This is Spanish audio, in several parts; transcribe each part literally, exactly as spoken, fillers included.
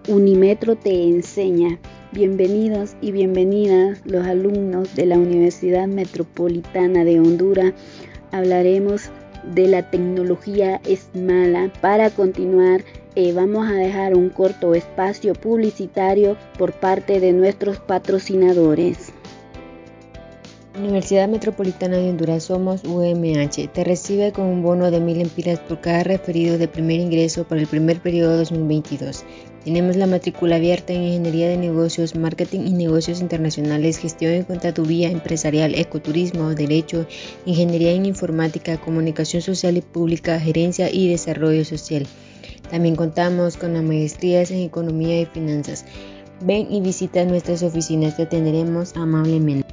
Unimetro te enseña. Bienvenidos y bienvenidas los alumnos de la Universidad Metropolitana de Honduras. Hablaremos de la tecnología es mala. Para continuar, eh, vamos a dejar un corto espacio publicitario por parte de nuestros patrocinadores. Universidad Metropolitana de Honduras, somos U M H. Te recibe con un bono de mil empiras por cada referido de primer ingreso para el primer periodo dos mil veintidós. Tenemos la matrícula abierta en Ingeniería de Negocios, Marketing y Negocios Internacionales, Gestión y Contaduría Empresarial, Ecoturismo, Derecho, Ingeniería en Informática, Comunicación Social y Pública, Gerencia y Desarrollo Social. También contamos con las maestrías en Economía y Finanzas. Ven y visita nuestras oficinas, te atenderemos amablemente.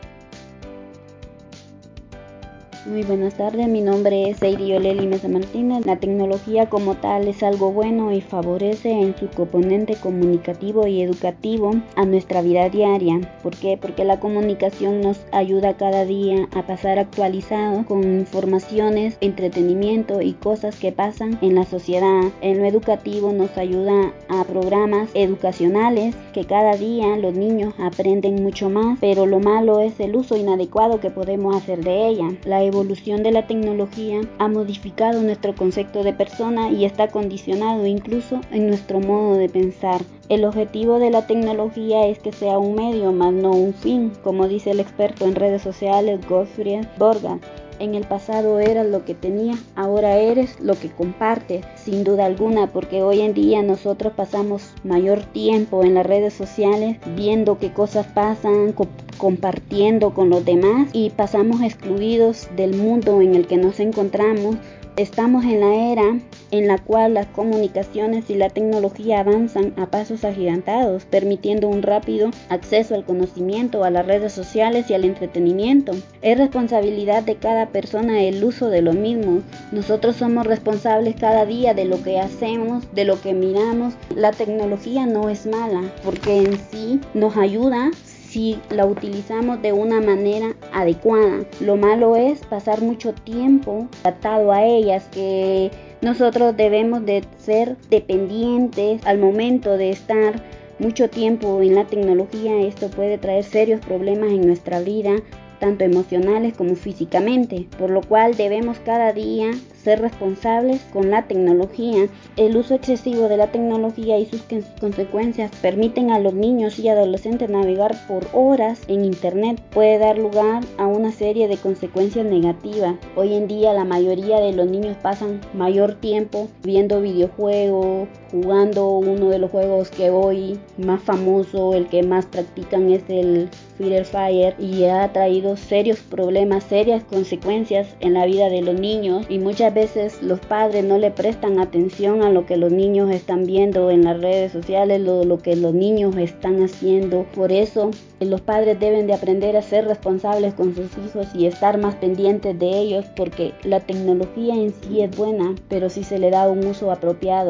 Muy buenas tardes, mi nombre es Heidi Oleli Mesa Martínez. La tecnología como tal es algo bueno y favorece en su componente comunicativo y educativo a nuestra vida diaria. ¿Por qué? Porque la comunicación nos ayuda cada día a pasar actualizado con informaciones, entretenimiento y cosas que pasan en la sociedad. En lo educativo nos ayuda a programas educacionales que cada día los niños aprenden mucho más, pero lo malo es el uso inadecuado que podemos hacer de ella. La La evolución de la tecnología ha modificado nuestro concepto de persona y está condicionado incluso en nuestro modo de pensar. El objetivo de la tecnología es que sea un medio, más no un fin, como dice el experto en redes sociales Gottfried Borga. En el pasado eras lo que tenías, ahora eres lo que compartes, sin duda alguna, porque hoy en día nosotros pasamos mayor tiempo en las redes sociales viendo qué cosas pasan, co- compartiendo con los demás y pasamos excluidos del mundo en el que nos encontramos. Estamos en la era en la cual las comunicaciones y la tecnología avanzan a pasos agigantados, permitiendo un rápido acceso al conocimiento, a las redes sociales y al entretenimiento. Es responsabilidad de cada persona el uso de lo mismo. Nosotros somos responsables cada día de lo que hacemos, de lo que miramos. La tecnología no es mala, porque en sí nos ayuda si la utilizamos de una manera adecuada. Lo malo es pasar mucho tiempo atado a ellas, que nosotros debemos de ser dependientes al momento de estar mucho tiempo en la tecnología. Esto puede traer serios problemas en nuestra vida, tanto emocionales como físicamente, por lo cual debemos cada día ser responsables con la tecnología. El uso excesivo de la tecnología y sus consecuencias permiten a los niños y adolescentes navegar por horas en internet. Puede dar lugar a una serie de consecuencias negativas. Hoy en día la mayoría de los niños pasan mayor tiempo viendo videojuegos, jugando uno de los juegos que hoy más famoso, el que más practican es el Free Fire, y ha traído serios problemas, serias consecuencias en la vida de los niños, y muchas veces los padres no le prestan atención a lo que los niños están viendo en las redes sociales, lo, lo que los niños están haciendo. Por eso los padres deben de aprender a ser responsables con sus hijos y estar más pendientes de ellos, porque la tecnología en sí es buena, pero si se le da un uso apropiado,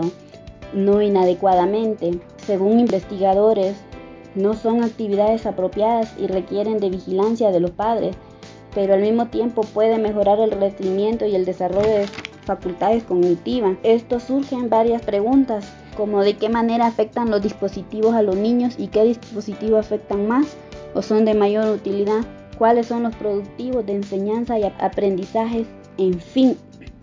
no inadecuadamente. Según investigadores, no son actividades apropiadas y requieren de vigilancia de los padres, pero al mismo tiempo puede mejorar el rendimiento y el desarrollo de facultades cognitivas. Esto surgen varias preguntas, como de qué manera afectan los dispositivos a los niños y qué dispositivos afectan más o son de mayor utilidad, cuáles son los productivos de enseñanza y aprendizajes, en fin.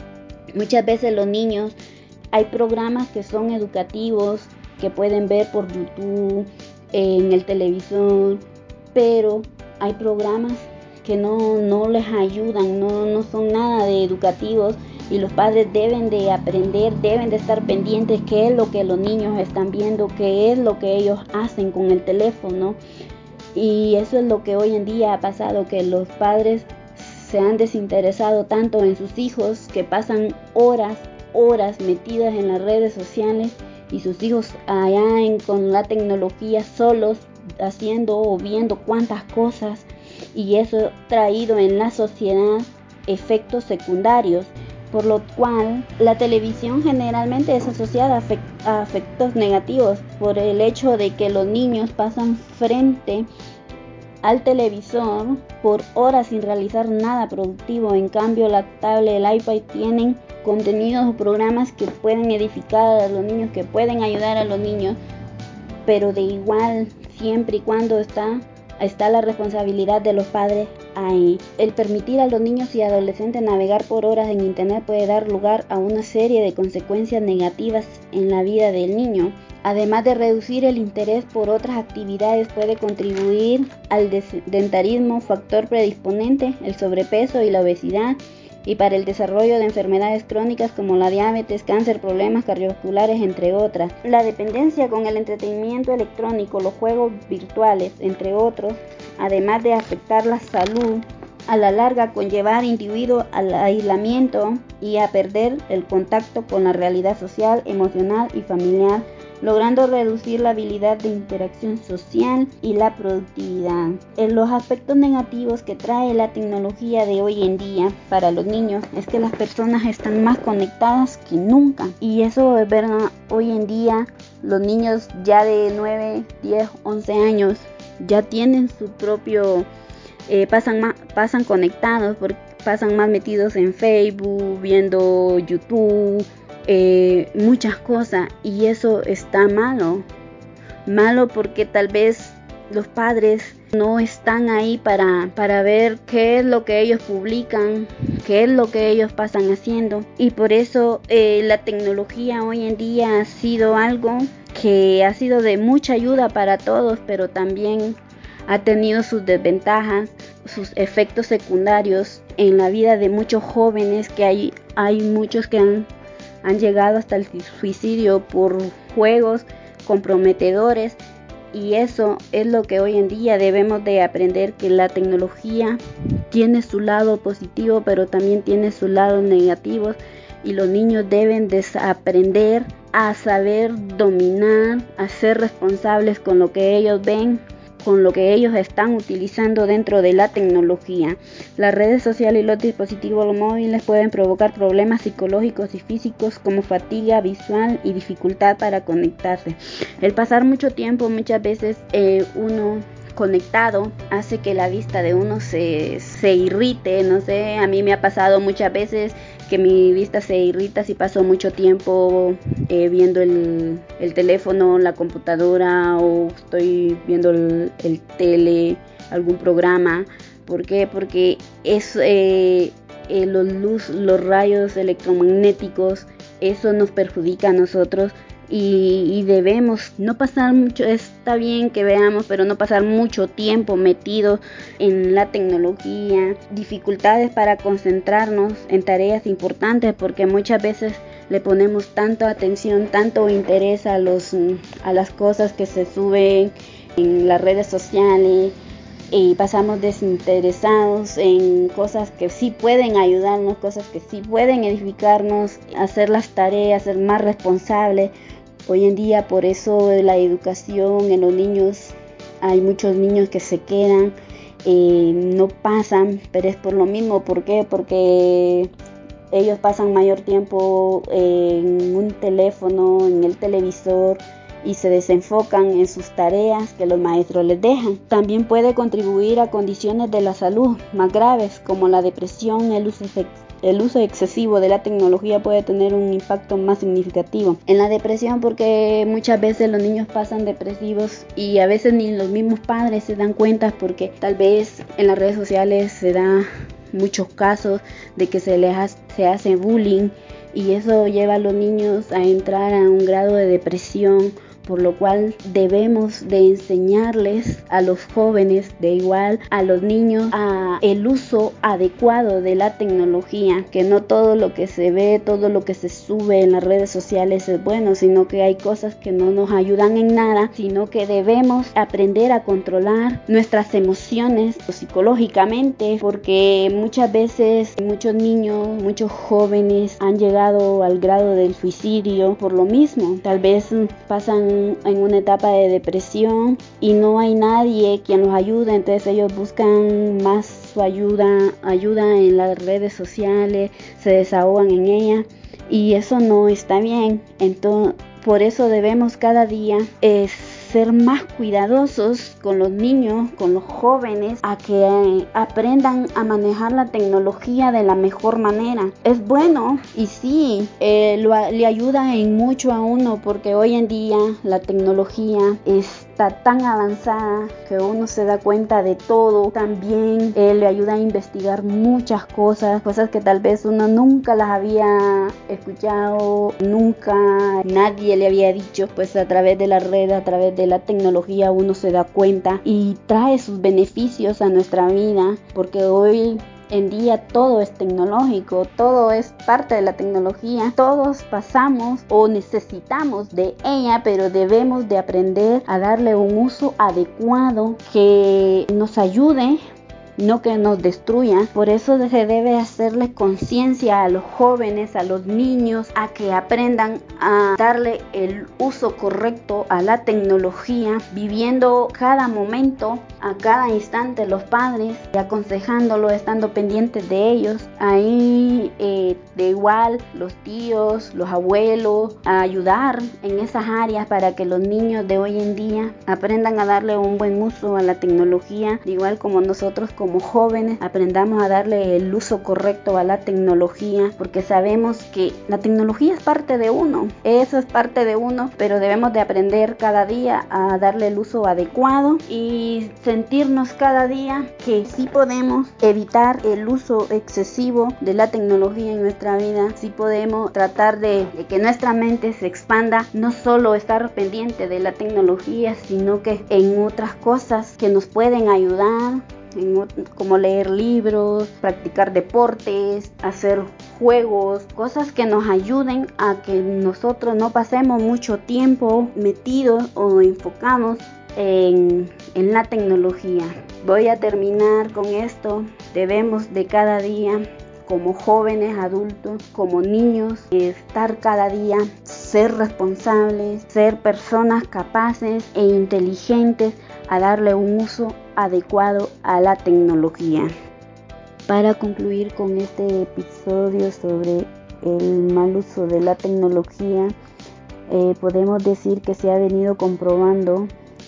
Muchas veces los niños, hay programas que son educativos, que pueden ver por YouTube, en el televisor, pero hay programas que no, no les ayudan, no, no son nada de educativos, y los padres deben de aprender, deben de estar pendientes qué es lo que los niños están viendo, qué es lo que ellos hacen con el teléfono. Y eso es lo que hoy en día ha pasado, que los padres se han desinteresado tanto en sus hijos, que pasan horas, horas metidas en las redes sociales, y sus hijos allá en, con la tecnología solos, haciendo o viendo cuantas cosas, y eso ha traído en la sociedad efectos secundarios, por lo cual la televisión generalmente es asociada a, efect- a efectos negativos, por el hecho de que los niños pasan frente al televisor por horas sin realizar nada productivo. En cambio, la tablet, el iPad tienen contenidos o programas que pueden edificar a los niños, que pueden ayudar a los niños pero de igual, siempre y cuando está está la responsabilidad de los padres ahí. El permitir a los niños y adolescentes navegar por horas en internet puede dar lugar a una serie de consecuencias negativas en la vida del niño. Además de reducir el interés por otras actividades, puede contribuir al sedentarismo, factor predisponente, el sobrepeso y la obesidad, y para el desarrollo de enfermedades crónicas como la diabetes, cáncer, problemas cardiovasculares, entre otras. La dependencia con el entretenimiento electrónico, los juegos virtuales, entre otros, además de afectar la salud, a la larga conllevar individuos al aislamiento y a perder el contacto con la realidad social, emocional y familiar, logrando reducir la habilidad de interacción social y la productividad. En los aspectos negativos que trae la tecnología de hoy en día para los niños es que las personas están más conectadas que nunca, y eso es verdad. Hoy en día los niños ya de nueve, diez, once años ya tienen su propio, eh, pasan, más, pasan conectados, porque pasan más metidos en Facebook, viendo YouTube, Eh, muchas cosas, y eso está malo malo porque tal vez los padres no están ahí para, para ver qué es lo que ellos publican, qué es lo que ellos pasan haciendo, y por eso eh, la tecnología hoy en día ha sido algo que ha sido de mucha ayuda para todos, pero también ha tenido sus desventajas, sus efectos secundarios en la vida de muchos jóvenes, que hay, hay muchos que han han llegado hasta el suicidio por juegos comprometedores, y eso es lo que hoy en día debemos de aprender, que la tecnología tiene su lado positivo, pero también tiene sus lados negativos, y los niños deben de aprender a saber dominar, a ser responsables con lo que ellos ven, con lo que ellos están utilizando dentro de la tecnología. Las redes sociales y los dispositivos móviles pueden provocar problemas psicológicos y físicos como fatiga visual y dificultad para conectarse. El pasar mucho tiempo, muchas veces eh, uno conectado, hace que la vista de uno se, se irrite. No sé, a mí me ha pasado muchas veces que mi vista se irrita si paso mucho tiempo eh, viendo el, el teléfono, la computadora, o estoy viendo el, el tele, algún programa. ¿Por qué? Porque es eh, eh, los luz, los rayos electromagnéticos, eso nos perjudica a nosotros. Y, y debemos no pasar mucho, está bien que veamos, pero no pasar mucho tiempo metidos en la tecnología. Dificultades para concentrarnos en tareas importantes, porque muchas veces le ponemos tanta atención, tanto interés a, los, a las cosas que se suben en las redes sociales, y pasamos desinteresados en cosas que sí pueden ayudarnos, cosas que sí pueden edificarnos, hacer las tareas, ser más responsables. Hoy en día, por eso la educación en los niños, hay muchos niños que se quedan, eh, no pasan, pero es por lo mismo. ¿Por qué? Porque ellos pasan mayor tiempo en un teléfono, en el televisor, y se desenfocan en sus tareas que los maestros les dejan. También puede contribuir a condiciones de la salud más graves, como la depresión. El uso efectivo El uso excesivo de la tecnología puede tener un impacto más significativo en la depresión, porque muchas veces los niños pasan depresivos y a veces ni los mismos padres se dan cuenta, porque tal vez en las redes sociales se da muchos casos de que se les hace, se hace bullying, y eso lleva a los niños a entrar a un grado de depresión, por lo cual debemos de enseñarles a los jóvenes, de igual a los niños, a el uso adecuado de la tecnología, que no todo lo que se ve, todo lo que se sube en las redes sociales es bueno, sino que hay cosas que no nos ayudan en nada, sino que debemos aprender a controlar nuestras emociones psicológicamente, porque muchas veces muchos niños, muchos jóvenes han llegado al grado del suicidio por lo mismo. Tal vez pasan en una etapa de depresión y no hay nadie quien los ayude, entonces ellos buscan más su ayuda, ayuda en las redes sociales, se desahogan en ella, y eso no está bien. Entonces, por eso debemos cada día es ser más cuidadosos con los niños, con los jóvenes, a que eh, aprendan a manejar la tecnología de la mejor manera. Es bueno y sí, eh, lo, le ayuda en mucho a uno, porque hoy en día la tecnología está tan avanzada que uno se da cuenta de todo. También eh, le ayuda a investigar muchas cosas, cosas que tal vez uno nunca las había escuchado, nunca nadie le había dicho. Pues a través de la red, a través de la tecnología, uno se da cuenta y trae sus beneficios a nuestra vida, porque hoy en día todo es tecnológico, todo es parte de la tecnología. Todos pasamos o necesitamos de ella, pero debemos de aprender a darle un uso adecuado que nos ayude, no que nos destruya. Por eso se debe hacerle conciencia a los jóvenes, a los niños, a que aprendan a darle el uso correcto a la tecnología, viviendo cada momento, a cada instante, los padres, aconsejándolo, estando pendientes de ellos. Ahí eh, de igual los tíos, los abuelos, a ayudar en esas áreas para que los niños de hoy en día aprendan a darle un buen uso a la tecnología, de igual como nosotros como jóvenes aprendamos a darle el uso correcto a la tecnología, porque sabemos que la tecnología es parte de uno, eso es parte de uno, pero debemos de aprender cada día a darle el uso adecuado y sentirnos cada día que sí podemos evitar el uso excesivo de la tecnología en nuestra vida. Sí podemos tratar de, de que nuestra mente se expanda, no solo estar pendiente de la tecnología, sino que en otras cosas que nos pueden ayudar, en, como leer libros, practicar deportes, hacer juegos, cosas que nos ayuden a que nosotros no pasemos mucho tiempo metidos o enfocados en, en la tecnología. Voy a terminar con esto. Debemos de cada día, como jóvenes, adultos, como niños, estar cada día, ser responsables, ser personas capaces e inteligentes a darle un uso adecuado a la tecnología. Para concluir con este episodio sobre el mal uso de la tecnología, eh, podemos decir que se ha venido comprobando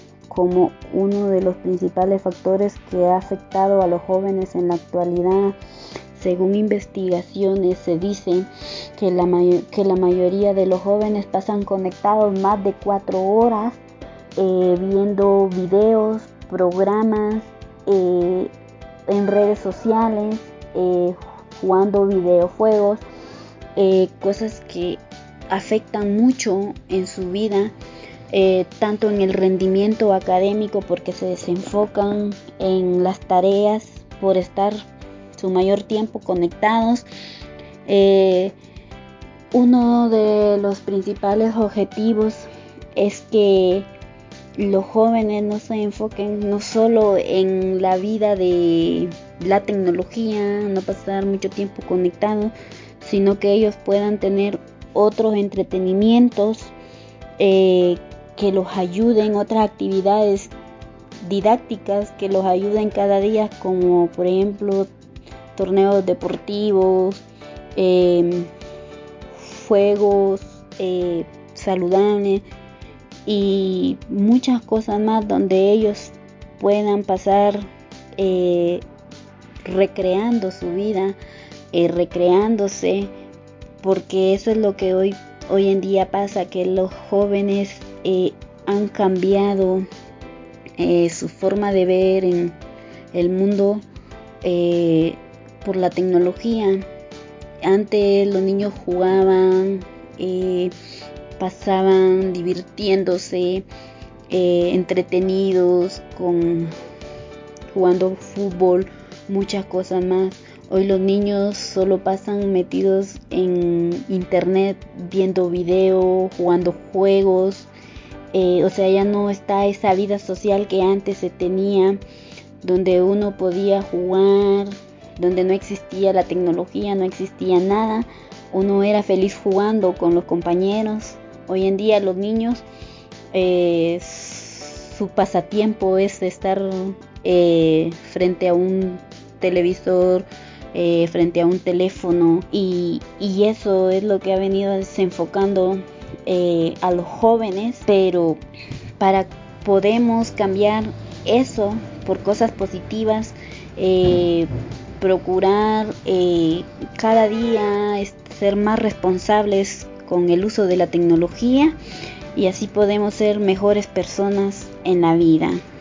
como uno de los principales factores que ha afectado a los jóvenes en la actualidad. Según investigaciones, se dice que la, may- que la mayoría de los jóvenes pasan conectados más de cuatro horas eh, viendo videos, programas eh, en redes sociales, eh, jugando videojuegos, eh, cosas que afectan mucho en su vida, eh, tanto en el rendimiento académico, porque se desenfocan en las tareas por estar su mayor tiempo conectados. Eh, uno de los principales objetivos es que los jóvenes no se enfoquen no solo en la vida de la tecnología, no pasar mucho tiempo conectados, sino que ellos puedan tener otros entretenimientos eh, que los ayuden, otras actividades didácticas que los ayuden cada día, como por ejemplo torneos deportivos, eh, juegos eh, saludables y muchas cosas más, donde ellos puedan pasar eh, recreando su vida, eh, recreándose, porque eso es lo que hoy, hoy en día pasa, que los jóvenes eh, han cambiado eh, su forma de ver en el mundo eh, por la tecnología. Antes los niños jugaban, eh, pasaban divirtiéndose, eh, entretenidos, con jugando fútbol, muchas cosas más. Hoy los niños solo pasan metidos en internet, viendo videos, jugando juegos, eh, o sea, ya no está esa vida social que antes se tenía, donde uno podía jugar, donde no existía la tecnología, no existía nada, uno era feliz jugando con los compañeros. Hoy en día los niños, eh, su pasatiempo es estar eh, frente a un televisor, eh, frente a un teléfono, y, y eso es lo que ha venido desenfocando eh, a los jóvenes. Pero para podemos cambiar eso por cosas positivas, eh, procurar eh, cada día ser más responsables con el uso de la tecnología, y así podemos ser mejores personas en la vida.